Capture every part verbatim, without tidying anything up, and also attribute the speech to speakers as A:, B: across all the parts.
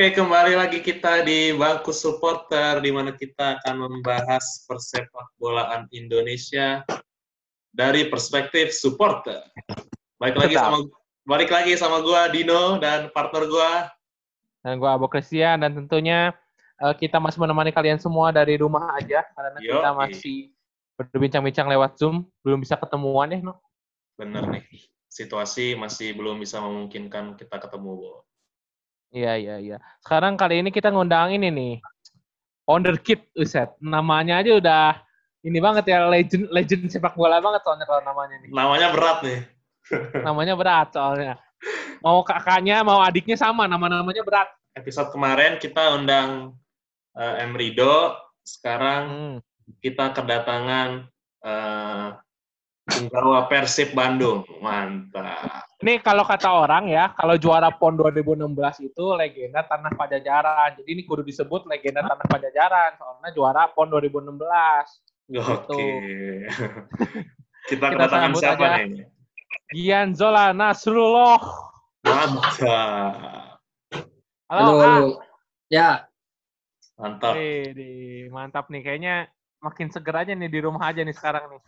A: Oke, kembali lagi kita di Bangku Supporter, di mana kita akan membahas persepak bolaan Indonesia dari perspektif supporter. Balik lagi sama balik lagi sama gua Dino dan partner gua.
B: Dan gua Abo Christian, dan tentunya uh, kita masih menemani kalian semua dari rumah aja karena
A: Yo,
B: kita masih berbincang-bincang lewat Zoom, belum bisa ketemuan ya, no?
A: Bener nih, situasi masih belum bisa memungkinkan kita ketemu, Bo.
B: Iya, iya, iya. Sekarang kali ini kita ngundang ini nih, Wonderkid, Uset. Namanya aja udah ini banget ya, legend legend sepak bola banget soalnya kalau namanya nih.
A: Namanya berat nih.
B: Namanya berat soalnya. Mau kakaknya, mau adiknya sama, nama-namanya berat.
A: Episode kemarin kita undang uh, M. Rido, sekarang hmm. kita kedatangan uh, penggawa Persib Bandung. Mantap.
B: Ini kalau kata orang ya, kalau juara P O N dua ribu enam belas itu legenda Tanah Pajajaran. Jadi ini kudu disebut legenda Tanah Pajajaran, soalnya juara P O N dua ribu enam belas.
A: Oke.
B: Gitu.
A: Kita kedatangan siapa aja nih?
B: Gianzola Nasrullah.
A: Mantap.
B: Halo,
C: halo, halo. Ya.
A: Mantap.
B: Wih, mantap nih. Kayaknya makin seger aja nih di rumah aja nih sekarang nih.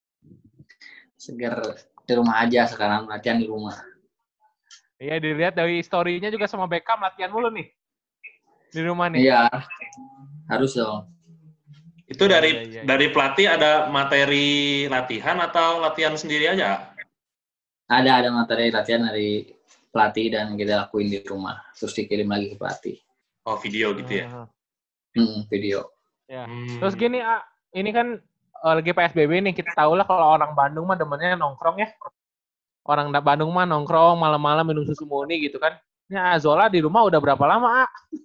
C: Seger di rumah aja sekarang, latihan di rumah.
B: Iya, dilihat dari story-nya juga sama Beckham latihan mulu nih. Di rumah nih.
C: Iya. Harus dong.
A: Itu dari
B: iya, iya, iya.
A: dari pelatih ada materi latihan atau latihan sendiri aja?
C: Ada ada materi latihan dari pelatih dan kita lakuin di rumah, terus dikirim lagi ke pelatih.
A: Oh, video gitu ya?
C: Hmm, video.
B: Ya.
A: Hmm.
B: Terus gini, A, ini kan uh, lagi P S B B nih, kita tahu lah kalau orang Bandung mah demennya nongkrong ya. Orang Bandung mah nongkrong malam-malam minum susu murni gitu kan. Ya, Zola di rumah udah berapa lama, A?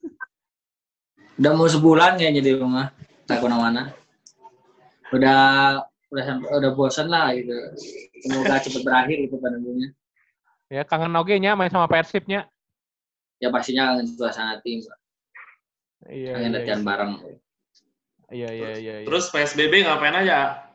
C: Udah mau sebulan kayaknya di rumah, tak kemana-mana. Udah udah udah bosan lah gitu. Semoga cepat berakhir gitu pandeminya.
B: Ya, kangen oge nya main sama Persibnya.
C: Ya pastinya kangen suasana tim.
B: Iya,
C: kangen
B: iya,
C: latihan
B: iya.
C: bareng.
B: Iya, iya, iya, iya.
A: Terus P S B B ngapain aja?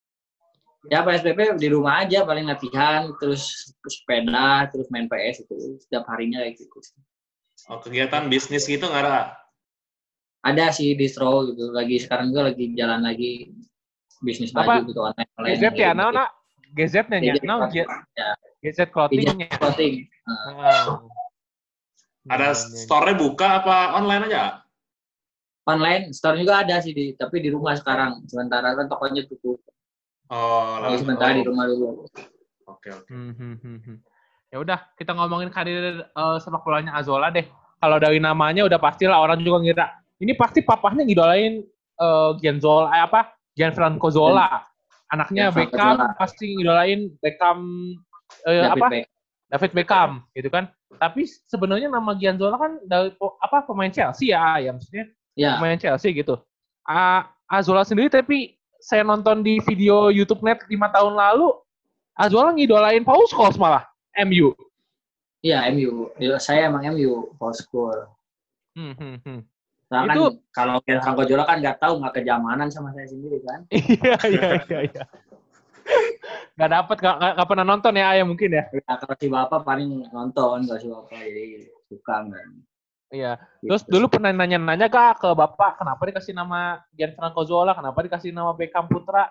C: Ya P S B B di rumah aja paling latihan, terus sepeda, terus main P S itu setiap harinya kayak gitu.
A: Oh, kegiatan bisnis gitu nggak ada?
C: Ada sih distro gitu. Lagi sekarang gue lagi jalan lagi bisnis baju gitu online.
B: G Z ya, nah, nah. G Z-nya ya, nah, G Z clothing-nya.
C: Clothing.
B: Uh.
A: Ada store-nya buka apa online aja?
C: Online, store juga ada sih, di, tapi di rumah sekarang. Sementara kan tokonya tutup.
A: Oh,
C: lalu sementara oh. di rumah dulu.
A: Oke, oke.
B: Hmm, hmm, hmm, hmm. Ya udah, kita ngomongin karir uh, sepak bolanya Azola deh. Kalau dari namanya udah pastilah orang juga ngira. Ini pasti papahnya ngidolain uh, Gianzola, eh, apa? Gianfranco Zola. Anaknya Beckham pasti ngidolain Beckham uh,
C: David
B: apa?
C: Beck.
B: David Beckham, gitu kan. Tapi sebenarnya nama Gianzola kan dari apa pemain Chelsea ya, yang maksudnya
C: ya. Pemain
B: Chelsea gitu. A Azola sendiri tapi saya nonton di video YouTube Net lima tahun lalu, Azola ngidolain Paul Scholes malah, M U.
C: Iya, M U. Saya emang M U, Paul Scholes.
B: Hmm, hmm, hmm.
C: Nah,
B: itu
C: kan, kalau Gianfranco Zola kan nggak tahu, nggak kejamanan sama saya sendiri kan.
B: Iya, iya, iya. iya. Nggak dapet, nggak, nggak pernah nonton ya, Ayah mungkin ya?
C: Ya, kalau si Bapak paling nonton, kalau si Bapak jadi suka kan.
B: Iya. Terus dulu pernah nanya-nanya kak ke Bapak, kenapa dikasih nama Gianfranco Zola, kenapa dikasih nama Beckham Putra?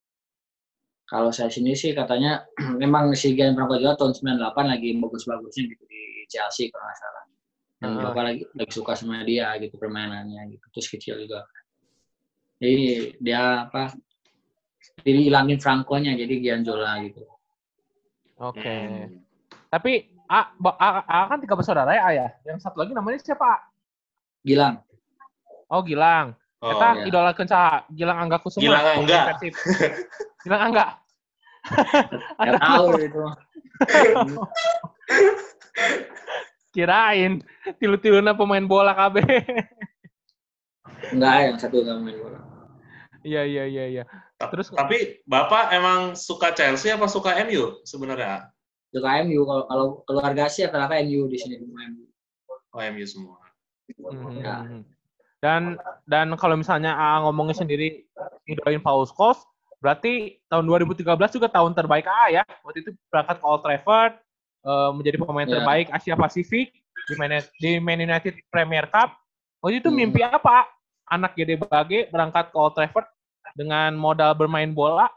C: Kalau saya sini sih katanya, memang si Gianfranco Zola tahun sembilan puluh delapan lagi bagus-bagusnya gitu di Chelsea kalau nggak salah. Dan uh. Bapak lagi, lagi suka sama dia gitu permainannya gitu. Terus kecil juga. Jadi dia apa, jadi hilangin Franco-nya, jadi Gianzola gitu.
B: Oke. Okay. Hmm. Tapi A, A, A kan tiga bersaudara ya, Ayah. Yang satu lagi namanya siapa, A?
C: Gilang.
B: Oh, Gilang.
A: Oh,
B: kita
A: ya.
B: Idola kenca Gilang Angga Kusuma.
A: Gilang Angga.
B: Gilang Angga.
C: Nggak tahu itu.
B: Kirain tilu-tiluna pemain bola K B.
C: Enggak, yang satu nggak main bola.
B: Iya, iya, iya, iya.
A: Terus tapi Bapak emang suka Chelsea apa suka M U sebenarnya?
C: Suka M U, kalau kalau keluarga sih rata-rata M U di sini.
A: Oh, M U semua.
B: Hmm. Ya. Dan dan kalau misalnya A ngomongin sendiri idolain Paul Scholes, berarti tahun dua ribu tiga belas juga tahun terbaik A ya. Waktu itu berangkat ke Old Trafford, uh, menjadi pemain
C: ya.
B: terbaik Asia Pasifik, di Man, di Man United Premier Cup. Waktu itu
C: Hmm.
B: mimpi apa? Anak Gede Bage berangkat ke Old Trafford dengan modal bermain bola.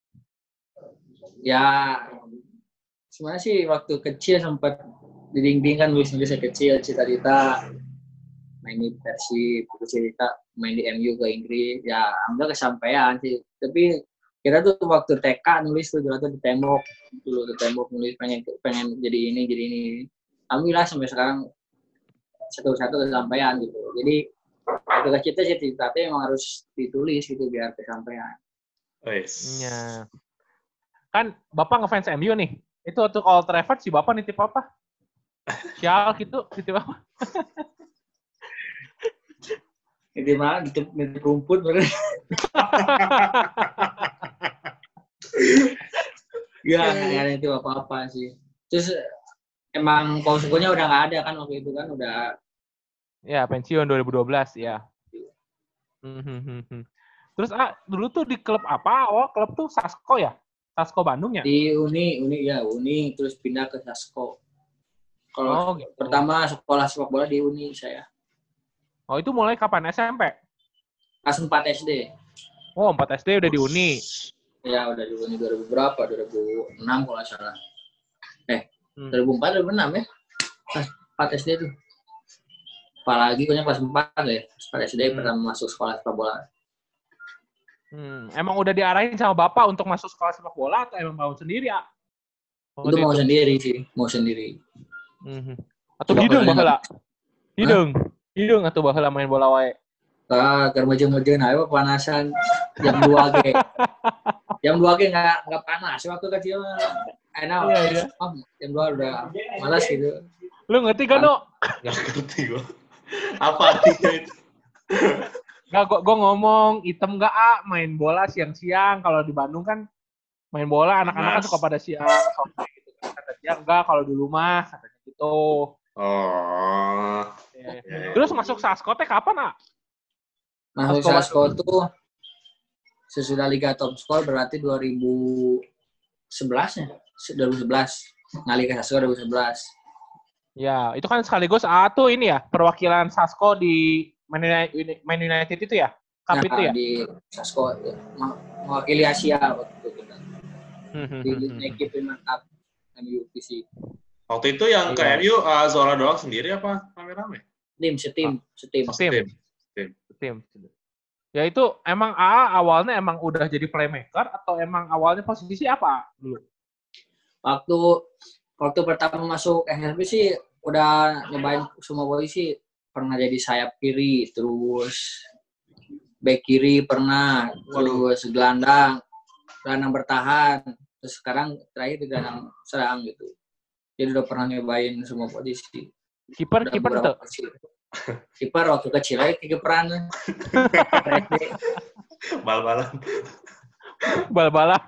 C: Ya, sebenarnya sih waktu kecil sempat diding-ding kan nulis-nulisnya kecil, cita-cita main di Persib, cita main di M U ke Inggris. Ya, alhamdulillah kesampaian sih. Tapi kita tuh waktu T K nulis tuh tuh di tembok, dulu di tembok nulis pengen pengen jadi ini jadi ini. Alhamdulillah sampai sekarang satu-satu kesampaian gitu. Jadi waktu kecil sih cita-cita emang harus ditulis gitu biar kesampaian.
A: Wes.
B: Ya. Kan Bapak ngefans M U nih. Itu waktu Old Trafford si Bapak nitip apa? Sial gitu, nitip apa?
C: Di mana di di rumput bener. Ya, nggak ada itu apa-apa sih. Terus emang pausukunya udah nggak ada kan waktu itu kan udah.
B: Ya pensiun dua ribu dua belas ya. Terus ah dulu tuh di klub apa? Oh klub tuh Sasko ya? Sasko Bandung ya?
C: Di Uni, Uni ya Uni terus pindah ke Sasko. Kalau
B: oh, gitu.
C: pertama sekolah sepak bola di Uni saya.
B: Oh itu mulai kapan? S M P?
C: Kelas empat S D.
B: Oh empat S D udah di Uni.
C: Ya udah di Uni dua ribu berapa? dua ribu enam kalau nggak salah. Eh
B: hmm.
C: dua ribu empat dua ribu enam ya? Kelas empat S D tuh. Apalagi punya kelas empat ya. Kelas S D hmm. pertama masuk sekolah sepak bola.
B: Hmm. Emang udah diarahin sama Bapak untuk masuk sekolah sepak bola atau emang mau sendiri ya?
C: Oh, itu mau itu. sendiri sih, mau sendiri.
B: Hmm. Atau hidung baheula. Hidung. Hidung atau baheula main bola wae.
C: Ah, keur meuje-meujeun ayo panasan jam dua ge. Jam dua ge enggak enggak panas waktu kecil. Enak.
B: Iya, iya.
C: Oh, jam dua udah malas gitu.
B: Lu ngerti kan, No?
A: Enggak ngerti gua. Apa artinya itu?
B: Nggak, gua, gua ngomong item nggak ah main bola siang-siang. Kalau di Bandung kan main bola anak-anak kan suka pada siang sore gitu kan. Kata dia enggak kalau dulu mah katanya gitu.
A: Oh.
B: Ya, ya. Terus masuk Sasko teh kapan, ah?
C: Masuk Sasko tuh sesudah Liga Top Skor berarti dua ribu sebelas ya. dua ribu sebelas. Ngalih ke Sasko dua ribu sebelas.
B: Ya, itu kan sekaligus ah tuh ini ya, perwakilan Sasko di Man United itu ya? Cup
C: nah,
B: itu ya?
C: Di Sasko ya. Mewakili Asia waktu itu kita. Di Nike Premier Cup M U V C.
A: Waktu itu yang ke M U uh, Zola doang sendiri apa rame-rame?
C: Tim, setim, setim.
B: Setim. Setim. Setim. Ya itu emang A A awalnya emang udah jadi playmaker atau emang awalnya posisi apa dulu?
C: Waktu waktu pertama masuk S S B sih udah nyobain semua posisi. Pernah jadi sayap kiri, terus back kiri pernah, terus gelandang, gelandang bertahan, terus sekarang terakhir di gelandang serang gitu. Jadi udah pernah nyobain semua posisi.
B: Kiper, kiper tuh.
C: Kiper waktu kecil aja kiperan.
A: Bal-balan.
B: Bal-balan.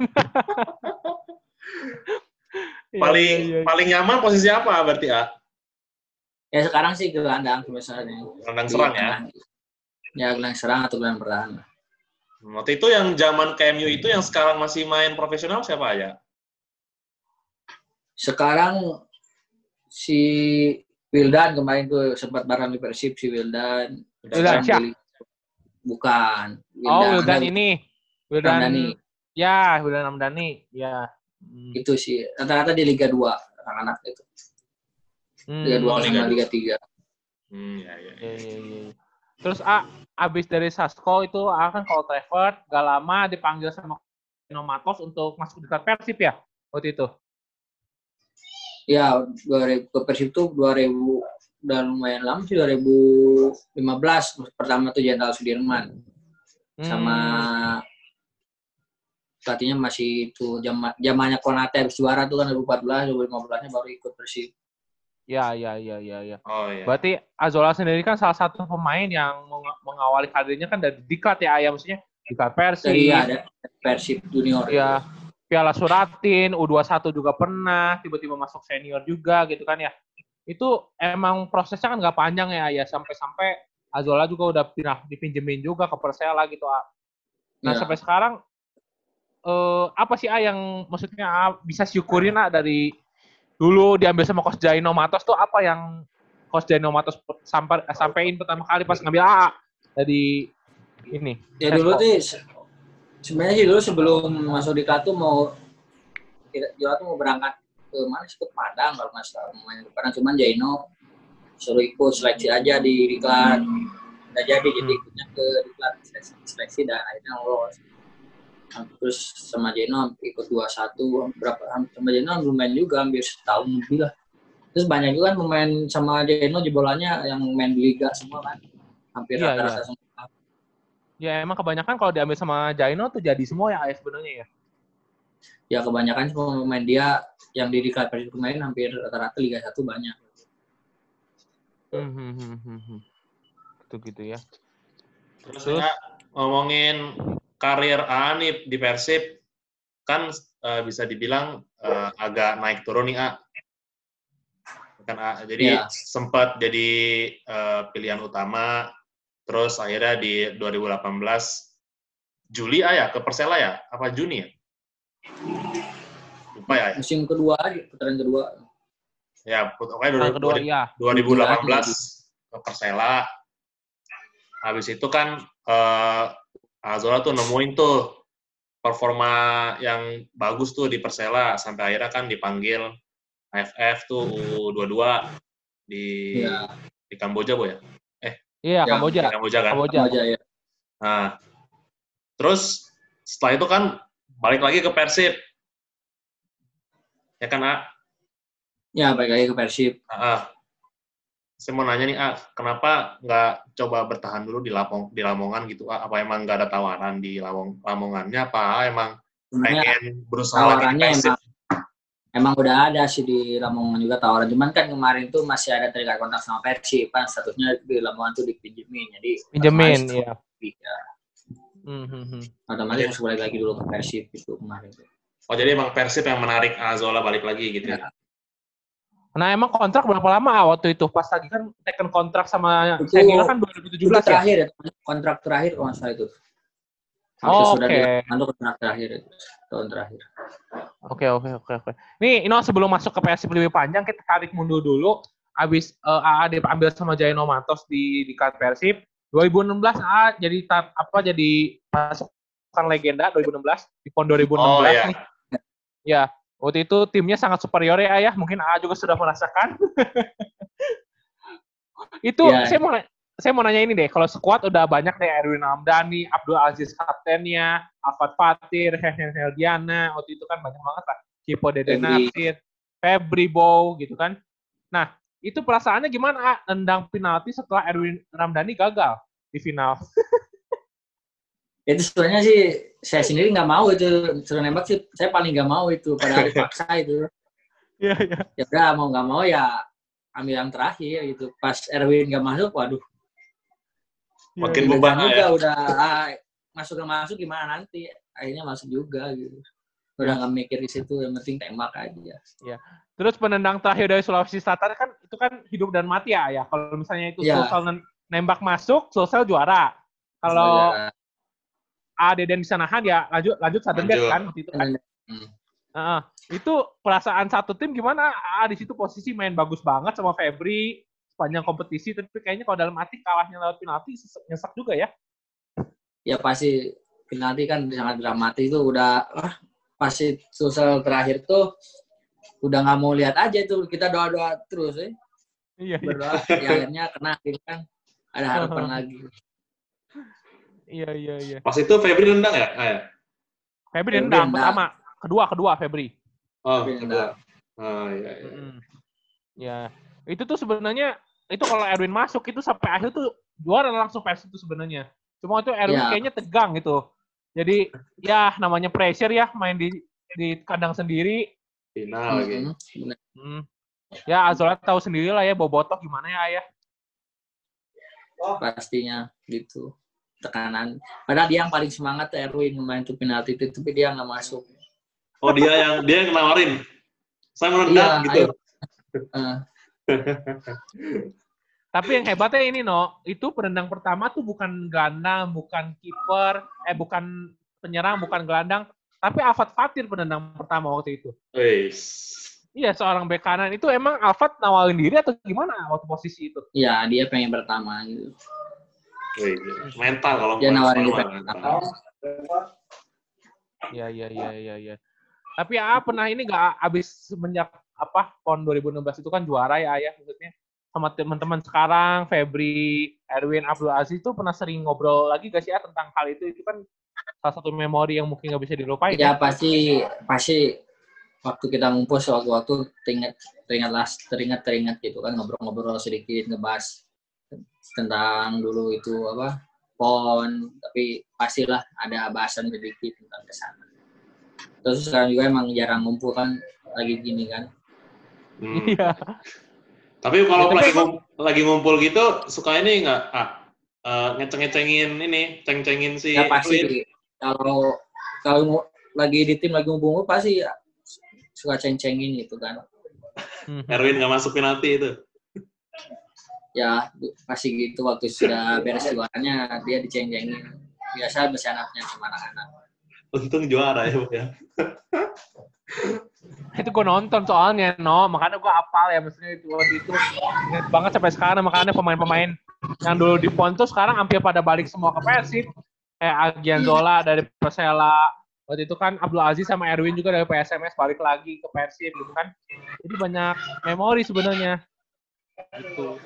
A: paling ya, ya, ya. paling nyaman posisi apa berarti, A?
C: Ya sekarang sih gelandang misalnya.
A: Gelandang serang ya?
C: Ya gelandang serang atau gelandang bertahan.
A: Waktu itu yang zaman K M U itu yang sekarang masih main profesional siapa aja?
C: Sekarang si Wildan kemarin tuh sempat bareng di Persib si Wildan.
B: Wildan siapa?
C: Bukan.
B: Wildan, oh Wildan ini. Wildan
C: Ramdhani.
B: Ya, Wildan Ramdhani. Ya.
C: Hmm. Itu sih rata-rata di Liga dua anak-anak itu. Hmm. Liga dua oh, sama Liga tiga.
A: Hmm, ya, ya, ya.
B: Ya, ya, ya. Terus A, abis dari Sasko itu A kan ke Old Trafford, gak lama dipanggil sama Nomatos untuk masuk di Persib ya waktu itu.
C: Ya, dua ribu ke Persib tuh dua ribu udah lumayan lama sih dua ribu lima belas pertama tuh Jenderal Sudirman. Hmm. Sama pelatihnya masih itu zaman zamannya Konate habis juara tuh kan dua ribu empat belas dua ribu lima belas-nya baru ikut Persib.
B: Ya, ya, ya, ya, ya.
A: Oh, ya.
B: Berarti Azola sendiri kan salah satu pemain yang mengawali karirnya kan dari Diklat ya, ya maksudnya Diklat Persib.
C: Iya, ada Persib Junior.
B: Iya. Piala Suratin, U dua puluh satu juga pernah, tiba-tiba masuk senior juga gitu kan ya. Itu emang prosesnya kan nggak panjang ya, ya sampai-sampai Azola juga udah pindah dipinjemin juga ke Persela gitu. Nah ya. Sampai sekarang eh, apa sih A yang maksudnya A bisa syukurin A dari dulu diambil sama Coach Jaino Matos tuh apa yang Coach Jaino Matos sampai sampein pertama kali pas ngambil A A dari ini.
C: Ya dulu tuh sebenarnya sih dulu sebelum masuk di Klatu mau kita tuh mau berangkat ke mana sih, ke Padang kalau nggak salah main ke Padang, cuman Jaino suruh ikut seleksi aja di Diklat. Nggak jadi jadi ikutnya ke Diklat seleksi dan akhirnya lolos. Terus sama Jaino ikut dua puluh satu berapa sama Jaino lumayan juga hampir setahun lebih lah. Terus banyak juga kan pemain sama Jaino jebolannya yang main di liga semua kan. Hampir
B: Iya,
C: rata-rata
B: iya.
C: semua.
B: Ya emang kebanyakan kalau diambil sama Jaino tuh jadi semua ya sebenarnya ya.
C: Ya kebanyakan semua pemain dia yang di Diklat Persib kemarin hampir rata-rata Liga satu banyak.
B: Hmm, hmm, hmm, hmm, hmm. Itu gitu ya.
A: Terus, Terus ya, ngomongin karir A A nih di Persib, kan uh, bisa dibilang uh, agak naik turun nih A. Kan A. Jadi ya. sempat jadi uh, pilihan utama, terus akhirnya di dua ribu delapan belas Juli A ya ke Persela ya? Apa Juni ya? Lupa ya?
C: Musim kedua aja, putaran kedua.
A: Ya, pokoknya
B: kedua, ya.
A: dua ribu delapan belas ke Persela. Habis itu kan uh, Azola tuh nemuin tuh performa yang bagus tuh di Persela, sampai akhirnya kan dipanggil A F F tuh U dua puluh dua di ya. di Kamboja, Bu ya? Eh,
B: iya,
A: ya,
B: Kamboja.
A: Di Kamboja kan?
B: Kamboja,
C: Kamboja ya.
A: Nah, terus setelah itu kan balik lagi ke Persib. Ya kan, A?
C: Ya, balik lagi ke Persib.
A: Uh, saya mau nanya nih, A, kenapa nggak coba bertahan dulu di Lapong, di Lamongan gitu, A? Apa emang nggak ada tawaran di Lawong, Lamongannya, apa emang
C: sebenarnya
A: pengen berusaha lagi di Persib?
C: Emang, emang udah ada sih di Lamongan juga tawaran, cuman kan kemarin tuh masih ada terikat kontak sama Persib, kan statusnya di Lamongan tuh dipinjemin, jadi
B: pinjemin, iya.
C: Ya.
B: Hmm, hmm, hmm.
C: Otomatis harus balik lagi dulu ke Persib gitu kemarin.
A: Oh, jadi emang Persib yang menarik Azola balik lagi gitu ya?
B: Nah, emang kontrak berapa lama ah, waktu itu? Pas lagi kan taken kontrak sama Segila kan dua ribu tujuh belas
C: itu terakhir, ya? Kontrak terakhir kalau nggak salah itu. Hampir
B: oh,
C: sudah
B: oke. Okay.
C: kontrak terakhir itu. Tahun terakhir.
B: Oke, oke, oke, oke. Nih, Ino sebelum masuk ke Persib lebih panjang, kita tarik mundur dulu. Abis uh, A A diambil sama Jaino Matos di di Persib. dua ribu enam belas A A jadi tar, apa jadi pasukan legenda dua ribu enam belas di pon dua ribu enam belas oh, iya. nih. Ya. Waktu itu timnya sangat superior ya, ya. Mungkin A A juga sudah merasakan. itu yeah. saya mau saya mau nanya ini deh. Kalau skuad udah banyak deh, Erwin Ramdhani, Abdul Aziz kaptennya, Alfat Fatir, Hehen Heldiana. Waktu itu kan banyak banget lah. Kipo Dede Narsir, Febri Bow gitu kan. Nah, itu perasaannya gimana? A? Nendang penalti setelah Erwin Ramdhani gagal di final.
C: Itu sebenarnya sih saya sendiri nggak mau itu suruh nembak sih, saya paling nggak mau itu pada dipaksa itu.
B: Iya iya.
C: Ya udah mau nggak mau ya ambil yang terakhir gitu. Pas Erwin nggak masuk, waduh.
A: Makin beban
C: juga ya. Udah ah, masuk nggak masuk gimana nanti? Akhirnya masuk juga gitu. Udah nggak mikir di situ, yang penting tembak aja.
B: Iya. Terus penendang terakhir dari Sulawesi Selatan kan itu kan hidup dan mati ya ya. Kalau misalnya itu ya. Sulsel nembak masuk, Sulsel juara. Kalau oh, ya. A Deden Disanahan ya lanjut lanjut sudden death kan waktu itu kan. Hmm. Nah, itu perasaan satu tim gimana? A di situ posisi main bagus banget sama Febri sepanjang kompetisi, tapi kayaknya kalau dalam arti kalahnya lewat penalti nyesek juga ya.
C: Ya pasti penalti kan sangat dramatis itu udah ah, pasti Sulsel terakhir tuh udah nggak mau lihat aja tuh, kita doa-doa terus eh.
B: Iya,
C: berdoa
B: iya.
C: Ya, akhirnya kena kan ada harapan lagi.
B: Iya, iya, iya.
A: Pas itu Febri nendang ya? Ah, ya?
B: Febri nendang pertama, kedua, kedua Febri.
A: Oh, kedua. Oh, iya, iya.
B: Mm-hmm. Ya, itu tuh sebenarnya itu kalau Erwin masuk itu sampai akhir tuh juara langsung Persib itu sebenarnya. Cuma itu Erwin ya. Kayaknya tegang gitu. Jadi ya namanya pressure ya main di di kandang sendiri.
A: Final lagi.
C: Mm-hmm.
B: Hmm. Ya Azola tahu sendiri lah ya bobotok gimana ya ayah.
C: Oh. Pastinya gitu. Tekanan. Padahal dia yang paling semangat Erwin main tuh penalti itu, tapi dia nggak masuk.
A: Oh dia yang dia yang nawarin. Saya menendang iya, gitu.
C: Uh.
B: Tapi yang hebatnya ini no, itu penendang pertama tuh bukan gelandang, bukan kiper, eh bukan penyerang, bukan gelandang, tapi Alfat Fatir penendang pertama waktu itu.
A: Wis.
B: Iya, seorang bek kanan itu emang Alfat nawarin diri atau gimana waktu posisi itu?
C: Iya, dia pengen pertama gitu.
A: Wih, mental kalau
C: Dia nawarin di
A: mental.
B: Iya, iya, iya, iya, iya. Tapi ya pernah ini nggak abis semenjak apa pon dua ribu enam belas itu kan juara ya ayah maksudnya sama teman-teman sekarang Febri, Erwin, Abdul Aziz itu pernah sering ngobrol lagi gak sih ya tentang hal itu? Itu kan salah satu memori yang mungkin nggak bisa dilupain.
C: Ya, ya pasti pasti waktu kita ngumpul sewaktu-waktu teringat teringat las teringat teringat gitu kan ngobrol-ngobrol sedikit ngebahas tentang dulu itu apa pon, tapi pastilah ada bahasan sedikit tentang kesana. Terus sekarang juga emang jarang ngumpul kan lagi gini kan.
B: Iya. Hmm.
A: Tapi kalau ya, lagi ngumpul, lagi ngumpul gitu suka ini nggak ah uh, ngeceng-ngecengin ini ceng-cengin si
C: ya pasti kalau kalau lagi di tim lagi ngumpul pasti ya, suka ceng-cengin gitu kan.
A: Erwin nggak masuk penalti itu.
C: Ya pasti gitu waktu sudah beres juaranya dia diceng-cengin. Biasa bersanapnya sama anak-anak.
A: Untung juara ya, Bu ya.
B: Itu gue nonton soalnya, no. Makanya gue apal ya, maksudnya itu waktu itu ingat banget sampai sekarang. Makanya pemain-pemain yang dulu di Pon tuh sekarang hampir pada balik semua ke Persib. Kayak Gianzola dari Persela. Waktu itu kan Abdul Aziz sama Erwin juga dari P S M S balik lagi ke Persib gitu kan. Jadi banyak memori sebenarnya. Gitu.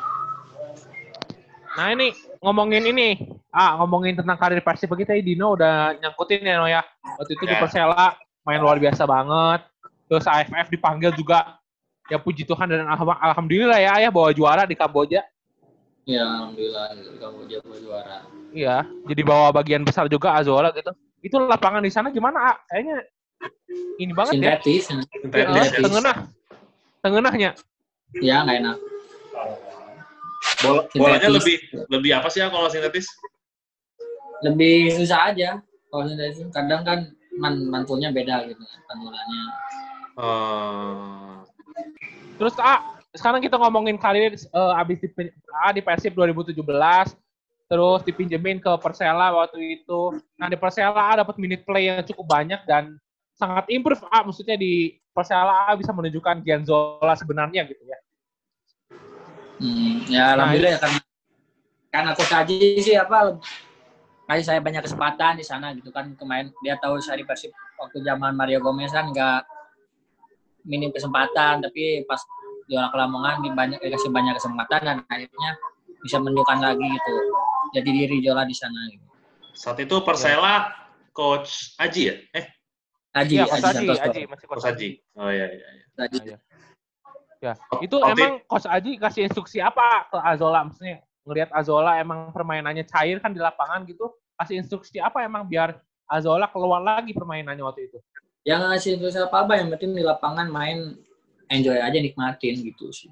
B: Nah ini ngomongin ini, ah ngomongin tentang karir Persib begitu ya Dino udah nyangkutin ya no ya. Waktu itu yeah. Di Persela main luar biasa banget. Terus A F F dipanggil juga. Ya puji Tuhan dan alhamdulillah ya ayah bawa juara di Kamboja.
C: Iya alhamdulillah di Kamboja bawa juara.
B: Iya, jadi bawa bagian besar juga Azola gitu. Itu lapangan di sana gimana? Ah? Kayaknya ini banget
C: sintetis,
B: ya.
C: Sintetis.
B: Tengenah. Tengenahnya.
C: Iya nggak enak.
A: Bola, bolanya lebih lebih apa sih ya kalau sintetis?
C: Lebih susah aja kalau sintetis. Kadang kan man, mantulnya beda gitu pantulannya.
A: Uh...
B: Terus ah sekarang kita ngomongin karir uh, abis di ah, di Persib dua ribu tujuh belas, terus dipinjemin ke Persela waktu itu. Nah di Persela dapat minute play yang cukup banyak dan sangat improve ah maksudnya di Persela bisa menunjukkan Gianzola sebenarnya gitu ya.
C: Hmm, ya alhamdulillah nah, ya karena karena Coach Aji sih apa kasih saya banyak kesempatan di sana gitu kan. Kemarin dia tahu saya di Persib waktu zaman Mario Gomez kan nggak minim kesempatan, tapi pas juara ke Lamongan banyak dikasih banyak kesempatan dan akhirnya bisa menunjukkan lagi gitu. Jadi diri Jola di sana gitu.
A: Saat itu Persela ya. Coach Aji ya? Eh
C: Aji,
B: ya,
C: Aji,
B: Aji, Aji, Aji, masih
A: Coach Aji. Oh iya iya.
C: Aji.
B: Ya, ya. Itu oh, emang Coach Aji kasih instruksi apa ke Azola? Maksudnya ngelihat Azola emang permainannya cair kan di lapangan gitu, kasih instruksi apa emang biar Azola keluar lagi permainannya waktu itu?
C: Yang ngasih instruksi apa-apa, yang penting di lapangan main enjoy aja, nikmatin gitu sih.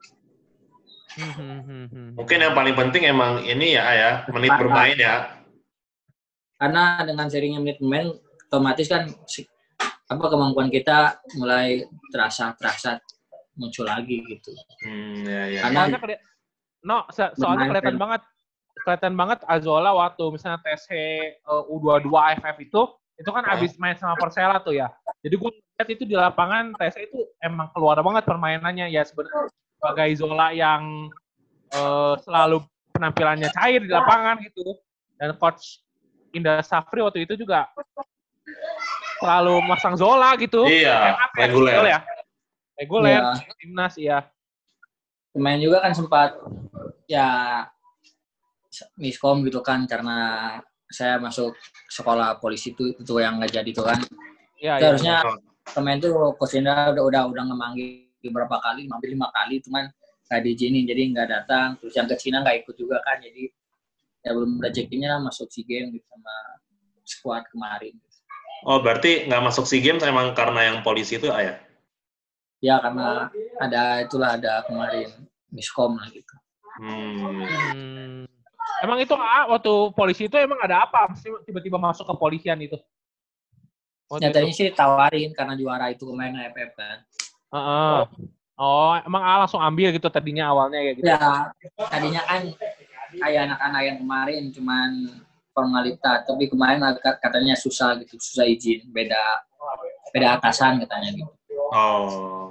A: Mungkin yang paling penting emang ini ya, ya menit bermain ya.
C: Karena dengan seringnya menit bermain, otomatis kan apa kemampuan kita mulai terasa terasa muncul lagi gitu.
A: Hmm, ya, ya.
B: Karena soalnya, no, soalnya kelihatan banget, kelihatan banget Azola waktu misalnya T S uh, U dua puluh dua A F F itu, itu kan abis main sama Persela tuh ya. Jadi gue lihat itu di lapangan T S itu emang keluar banget permainannya ya sebenarnya sebagai Zola yang uh, selalu penampilannya cair di lapangan gitu. Dan Coach Indra Safri waktu itu juga selalu masang Zola gitu.
A: Iya, reguler.
B: Ya. Reguler, ya. Timnas ya.
C: Pemain juga kan sempat ya miskom gitu kan karena saya masuk sekolah polisi itu itu yang nggak jadi tuh kan. Ya, ya, harusnya ya. Pemain tuh Coach Indra udah udah udah ngemanggil beberapa kali, hampir lima kali, cuman nggak diizinin jadi nggak datang. Terus yang ke Cina nggak ikut juga kan, jadi ya belum rezekinya masuk SEA Games gitu sama skuad kemarin.
A: Oh berarti nggak masuk SEA Games emang karena yang polisi itu ayah?
C: Ya karena ada itulah ada kemarin miskom lah gitu.
B: Hmm. Hmm. Emang itu ah, waktu polisi itu emang ada apa? Mesti tiba-tiba masuk ke polisian itu?
C: Ya tadinya sih tawarin karena juara itu kemarin A F F kan.
B: Uh-uh. Oh, emang ah, langsung ambil gitu tadinya awalnya ya gitu?
C: Ya, tadinya kan kayak anak-anak yang kemarin cuman formalitas, tapi kemarin katanya susah gitu, susah izin, beda beda atasan katanya gitu.
A: Oh.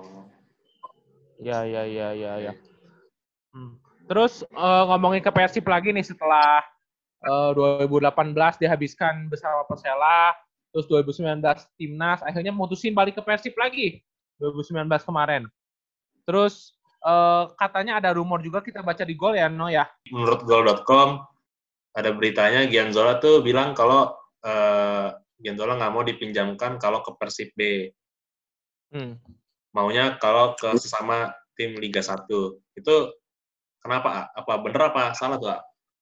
B: Ya, ya, ya, ya, ya. Hmm. Terus uh, ngomongin ke Persib lagi nih setelah uh, dua ribu delapan belas dihabiskan bersama Persela, terus dua ribu sembilan belas Timnas, akhirnya mutusin balik ke Persib lagi dua ribu sembilan belas kemarin. Terus uh, katanya ada rumor juga kita baca di Gol ya, No ya?
A: Menurut gol dot com ada beritanya Gianzola tuh bilang kalau uh, Gianzola nggak mau dipinjamkan kalau ke Persib B. Hmm. Maunya kalau ke sesama tim Liga satu. Itu kenapa? Apa bener apa salah tuh?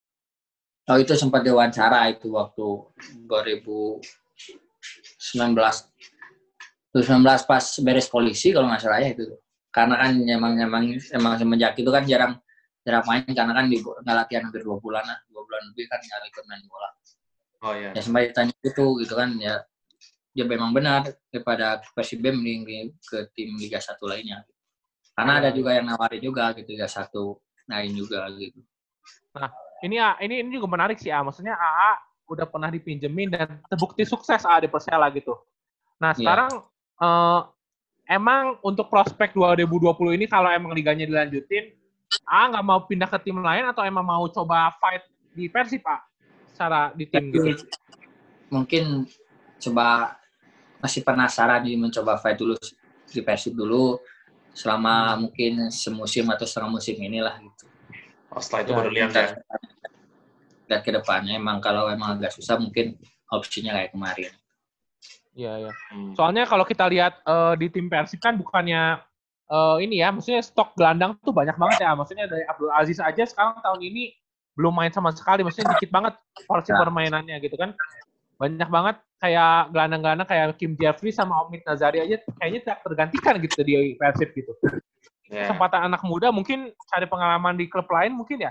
C: Oh, itu sempat diwawancara itu waktu dua ribu sembilan belas. dua ribu sembilan belas pas beres polisi kalau nggak salah ya itu. Karena kan emang emang emang semenjak itu kan jarang jarang main karena kan di nggak latihan hampir dua bulan lah, dua bulan lebih kan nggak ikut main bola.
A: Oh iya.
C: Ya sempat ditanya itu gitu kan ya. Dia memang benar daripada Persib mending ke tim Liga satu lainnya. Karena ada juga yang nawarin juga gitu Liga satu lain juga gitu.
B: Nah, ini ya ini ini juga menarik sih, A. Maksudnya A A udah pernah dipinjemin dan terbukti sukses A A di Persela gitu. Nah, sekarang yeah. eh, emang untuk prospek dua ribu dua puluh ini kalau emang liganya dilanjutin, A A nggak mau pindah ke tim lain atau emang mau coba fight di Persib, A? Secara di tim gitu.
C: Mungkin coba masih penasaran jadi mencoba fight dulu di Persib dulu selama hmm. mungkin semusim atau setengah musim inilah gitu.
A: Oh, setelah itu ya, baru lihat ya.
C: Lihat ke depannya emang kalau emang agak susah mungkin opsinya kayak kemarin.
B: Iya, ya. Hmm. Soalnya kalau kita lihat uh, di tim Persib kan bukannya uh, ini ya, maksudnya stok gelandang tuh banyak banget ya. Maksudnya dari Abdul Aziz aja sekarang tahun ini belum main sama sekali, maksudnya dikit banget porsi nah. permainannya gitu kan. Banyak banget kayak gelandang-gelandang kayak Kim Jeffrey sama Omid Nazari aja kayaknya tidak tergantikan gitu di Persib gitu. Yeah. Kesempatan anak muda mungkin cari pengalaman di klub lain mungkin ya?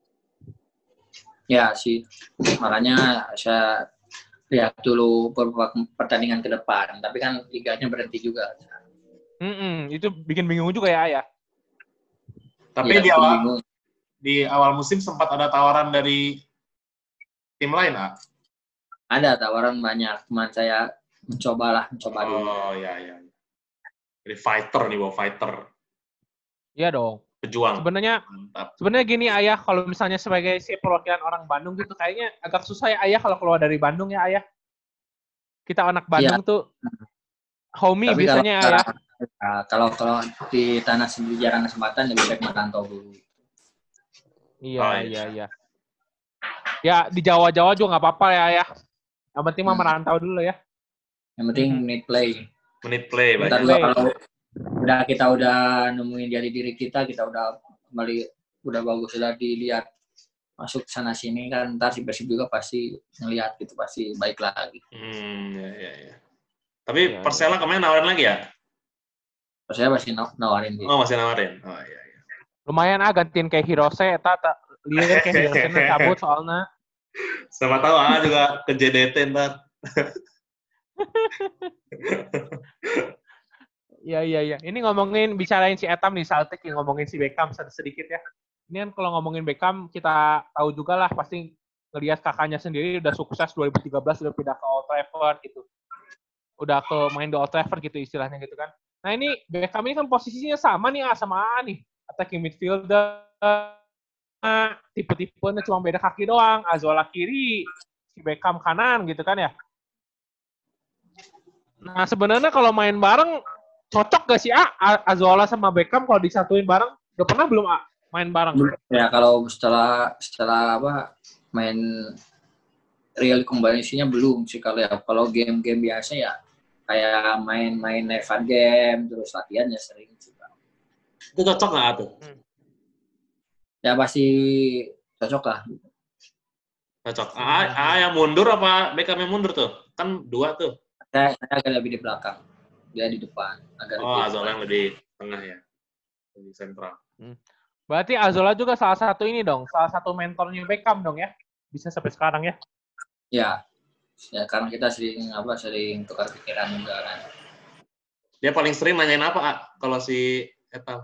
C: Ya sih, makanya saya lihat dulu beberapa pertandingan ke depan. Tapi kan liganya berhenti juga.
B: Mm-mm, itu bikin bingung juga ya, ya.
A: Tapi ya, di awal bingung. di awal musim sempat ada tawaran dari tim lain, ah?
C: Ada tawaran banyak, cuman saya mencobalah, mencoba
A: oh,
C: dulu.
A: Oh iya iya. Jadi fighter nih, bawa fighter.
B: Iya dong.
A: Pejuang.
B: Sebenarnya sebenarnya gini Ayah, kalau misalnya sebagai si perwakilan orang Bandung gitu kayaknya agak susah ya Ayah kalau keluar dari Bandung ya Ayah. Kita anak Bandung ya. Tuh homie tapi biasanya kalau, Ayah.
C: Kalau kalau di tanah sendiri jarang kesempatan lebih baik merantau dulu.
B: Iya oh, iya iya. Ya di Jawa-Jawa juga nggak apa-apa ya Ayah. Yang penting mah hmm. merantau dulu ya.
C: Yang penting hmm. menit play.
A: Menit play.
C: Bentar play. Kalau udah kita udah nemuin dari diri kita, kita udah kembali udah bagus sudah dilihat masuk sana sini kan ntar si Persib juga pasti ngelihat gitu pasti baik lagi.
A: Hmm ya ya ya. Tapi ya, Persela ya. Kemarin nawarin lagi ya?
C: Persela masih nawarin.
A: Oh masih nawarin. Oh iya iya.
B: Lumayan ah gantiin kayak Hirose eta lihat kayak Hirose cabut soalnya.
A: Sama tahu ah juga ke J D T ntar.
B: Iya iya iya. Ini ngomongin bicarain si Etam nih Celtic ngomongin si Beckham sedikit ya. Ini kan kalau ngomongin Beckham kita tahu juga lah pasti ngelihat kakaknya sendiri udah sukses dua ribu tiga belas udah pindah ke Old Trafford gitu. Udah ke main di Old Trafford gitu istilahnya gitu kan. Nah ini Beckham ini kan posisinya sama nih ah sama A nih. Attacking midfielder tipe-tipenya cuma beda kaki doang. Azola kiri, si Beckham kanan gitu kan ya. Nah sebenarnya kalau main bareng cocok gak sih A? Azola sama Beckham kalau disatuin bareng? Udah pernah belum A? Main bareng?
C: Ya kalau setelah setelah apa main real kombinasinya belum sih kalau ya kalau game-game biasa ya kayak main-main Evan game terus latihannya sering sih.
A: Itu cocok nggak tuh? Hmm.
C: Ya pasti cocok lah.
A: Cocok. A, A yang mundur apa Beckham yang mundur tuh? Kan dua tuh.
C: Saya, saya agak lebih di belakang. Dia di depan. Agak
A: oh, Azola yang lebih tengah ya. Lebih sentral.
B: Hmm. Berarti Azola juga salah satu ini dong. Salah satu mentornya Beckham dong ya? Bisa sampai sekarang ya?
C: Ya. Ya karena kita sering apa sering tukar pikiran juga kan.
A: Dia paling sering nanyain apa, A? Kalau si Etam?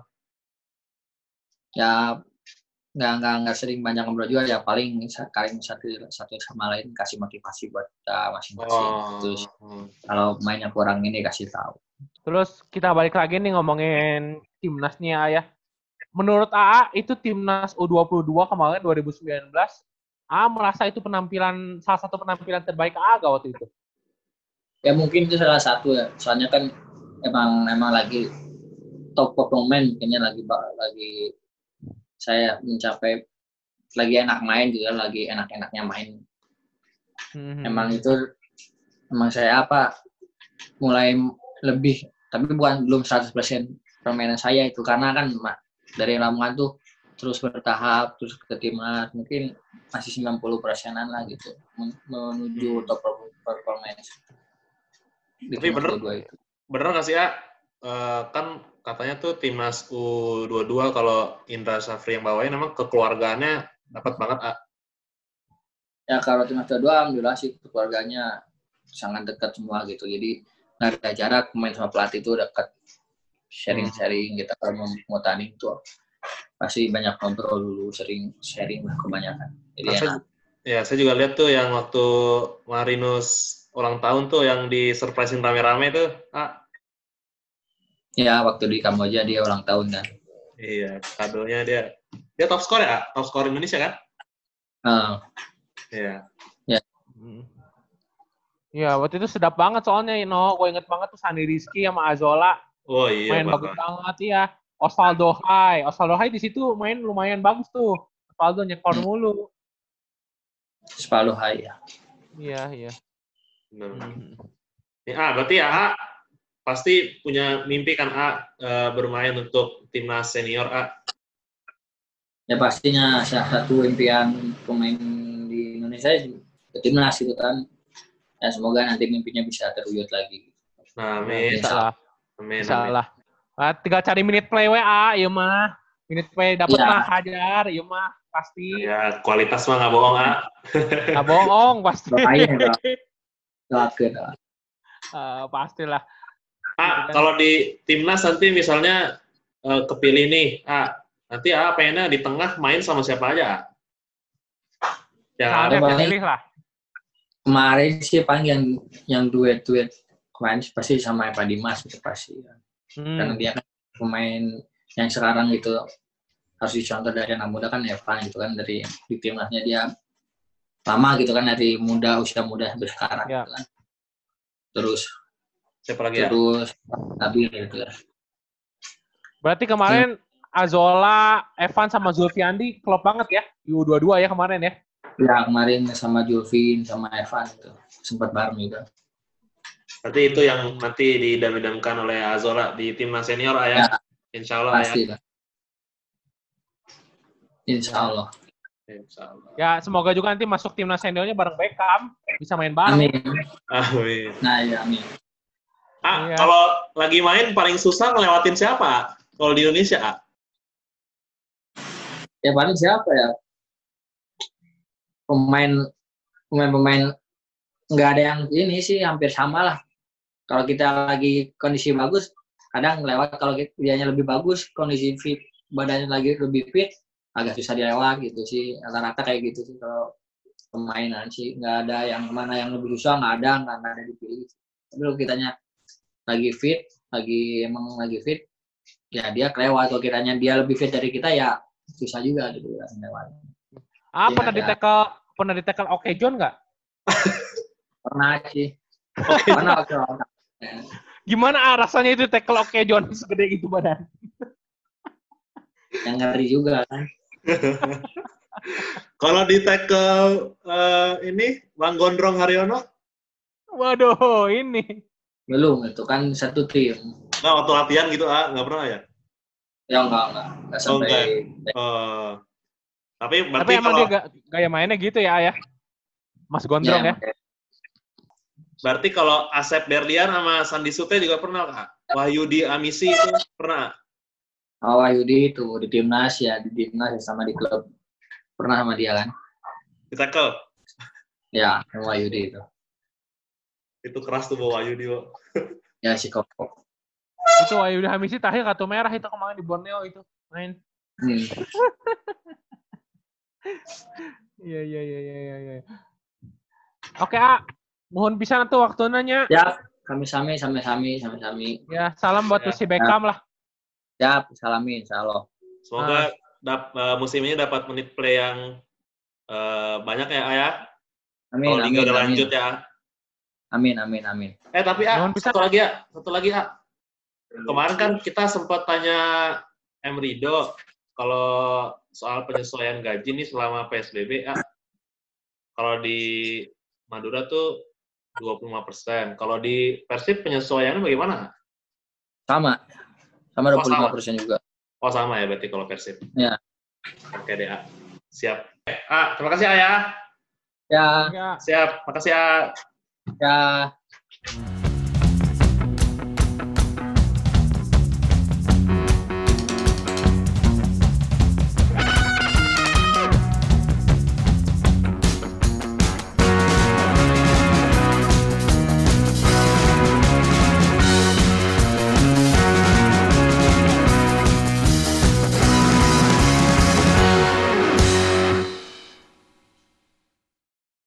C: Ya nggak nggak nggak sering banyak ngobrol juga ya paling paling satu satu sama lain kasih motivasi buat kita masing-masing. Oh. Terus kalau mainnya kurang ini kasih tahu.
B: Terus kita balik lagi nih ngomongin timnasnya ya. Menurut A A itu timnas U dua puluh dua kemarin dua ribu sembilan belas, A A merasa itu penampilan salah satu penampilan terbaik A A gak waktu itu?
C: Ya mungkin itu salah satu ya. Soalnya kan emang emang lagi top performance, mungkinnya lagi lagi saya mencapai lagi enak main juga, lagi enak-enaknya main. Hmm. Emang itu emang saya apa mulai lebih, tapi bukan belum seratus persen permainan saya itu, karena kan dari Lamongan tuh terus bertahap terus ke timnas, mungkin masih sembilan puluh persenan lah gitu menuju top performance.
A: Tapi bener itu. Bener nggak sih ya? Uh, kan katanya tuh timnas U dua puluh dua kalau Indra Safri yang bawain memang kekeluargaannya dapat banget, A.
C: Ya kalau timnas U dua puluh dua alhamdulillah sih keluarganya sangat dekat semua gitu. Jadi nggak ada jarak, pemain sama pelatih itu dekat, sharing-sharing kita kalau mau tanding tuh pasti banyak ngobrol dulu, sering sharing lah kebanyakan. Jadi
A: nah,
C: enak.
A: Saya, ya saya juga lihat tuh yang waktu Marinus ulang tahun tuh yang di surprisein rame-rame tuh, A.
C: Ya waktu di Kamboja dia ulang tahun kan.
A: Iya, kadonya dia dia top skor ya, top skor Indonesia kan?
C: Uh.
A: Iya.
C: Ya.
B: Iya, waktu itu sedap banget soalnya, no. Gue inget banget tuh Sandi Rizky sama Azola.
A: Oh iya.
B: Main bagus banget, iya. Osvaldo Hai. Osvaldo Hai di situ main lumayan bagus tuh. Osvaldo nyekor hmm. mulu.
C: Osvaldo Hai ya.
B: Iya, iya.
A: Hmm. Ya, berarti ya, A, pasti punya mimpi kan, A, uh, bermain untuk timnas senior, A?
C: Ya pastinya salah satu impian pemain di Indonesia ke timnas gitu kan. Ya semoga nanti mimpinya bisa terwujud lagi.
A: Nah, amin.
B: Bisa lah.
A: Amin,
B: bisa
A: amin.
B: lah. Nah, tinggal cari minute play W A, ya mah. Minute play dapat ya. Mah hajar, ya mah pasti.
A: Ya, kualitas mah nggak bohong, A.
B: Nggak bohong, pasti.
C: Doakan,
B: uh, pastilah.
A: A, kalau di timnas nanti misalnya uh, kepilih nih, A, nanti A pengennya di tengah main sama siapa aja, A?
B: Yang ada pilih lah.
C: Kemarin sih paling yang yang duet-duet kemarin pasti sama Eva Dimas itu pasti. Hmm. Karena dia kan pemain yang sekarang itu harus dicontoh dari anak muda kan Evan gitu kan, dari di timnasnya dia lama gitu kan, dari muda usia muda sampai sekarang ya. Gitu kan. Terus
A: siapa lagi ya?
C: Terus Nabil gitu ya.
B: Berarti kemarin hmm. Azola, Evan sama Zulfiandi klop banget ya di U dua puluh dua ya kemarin ya?
C: Ya kemarin sama Julvin sama Evan itu sempat bareng juga.
A: Berarti itu yang nanti didam-damkan oleh Azola di timnas senior, ayah. Ya, insya Allah,
C: pasti ya. Insya Allah.
A: Insya Allah.
B: Ya semoga juga nanti masuk timnas seniornya bareng Beckham, bisa main bareng.
C: Amin.
A: Amin.
C: Nah ya amin.
A: Ah, iya. Kalau lagi main paling susah ngelewatin siapa? Kalau di Indonesia, A?
C: Ya paling siapa ya? Pemain pemain-pemain nggak ada yang ini sih, hampir sama lah. Kalau kita lagi kondisi bagus, kadang lewat. Kalau dianya lebih bagus, kondisi fit, badannya lagi lebih fit, agak susah dilewat gitu sih. Rata-rata kayak gitu sih kalau pemainan sih. Nggak ada yang mana yang lebih susah, nggak ada, nggak ada dipilih. Tapi kalau kitanya lagi fit, lagi emang lagi fit, ya dia kelewat. Kalau kitanya dia lebih fit dari kita, ya susah juga gitu ya lewat.
B: Ah, pernah di tackle, pernah di tackle Oke John nggak?
C: Pernah sih. Okay. Pernah Oke.
B: Gimana ah, rasanya itu tackle Oke John segede gitu badan?
C: Yang ngeri juga kan.
A: Kalau di tackle uh, ini Bang Gondrong Haryono?
B: Waduh, ini.
C: Belum, itu kan satu tim.
A: Nggak, waktu latihan gitu, ah, nggak pernah ya?
C: Ya enggak, enggak. Enggak sampai.
A: Oh, enggak. Uh, tapi berarti
B: tapi emang
A: kalau...
B: dia gaya mainnya gitu ya, ya? Mas Gondrong ya? ya?
A: Berarti kalau Asep Berlian sama Sandi Sute juga pernah, Kak? Wahyudi Amisi itu pernah?
C: Oh, Wahyudi itu di timnas ya, di timnas sama di klub. Pernah sama dia kan?
A: Di tackle?
C: Ya, sama Wahyudi itu.
A: Itu keras tuh bawa Wahyudi, Bo.
C: Ya, si Koko.
B: Itu Wahyudi Amisi terakhir kartu merah itu kemarin di Borneo itu main.
C: Hmm.
B: Iya, iya, iya, iya, iya. Oke, A. Mohon bisa nanti waktu nanya.
C: Ya. Kami sami, sami-sami, sami-sami.
B: Ya, salam buat
A: Ya.
B: si Beckham lah.
C: Siap, salamin, insya Allah.
A: Semoga dap, uh, musim ini dapat menit play yang uh, banyak ya, Ayah.
C: Amin,
A: Kalau
C: amin,
A: Liga udah
C: amin.
A: lanjut ya.
C: Amin, amin, amin.
A: Eh, tapi ah,
B: Nuhun pisan.
A: satu lagi ya, satu lagi ah. Kemarin kan kita sempat tanya M. Rido kalau soal penyesuaian gaji nih selama P S B B, ah. Kalau di Madura tuh dua puluh lima persen. Kalau di Persib penyesuaiannya bagaimana?
C: Sama. Sama dua
A: Oh,
C: puluh lima
A: sama.
C: persen juga.
A: Oh, sama ya berarti kalau Persib.
C: Ya.
A: Oke deh, ah. Siap. Eh, ah, terima kasih, Ayah.
C: Ya,
B: Ya.
A: Siap. Makasih, ah.
C: ya.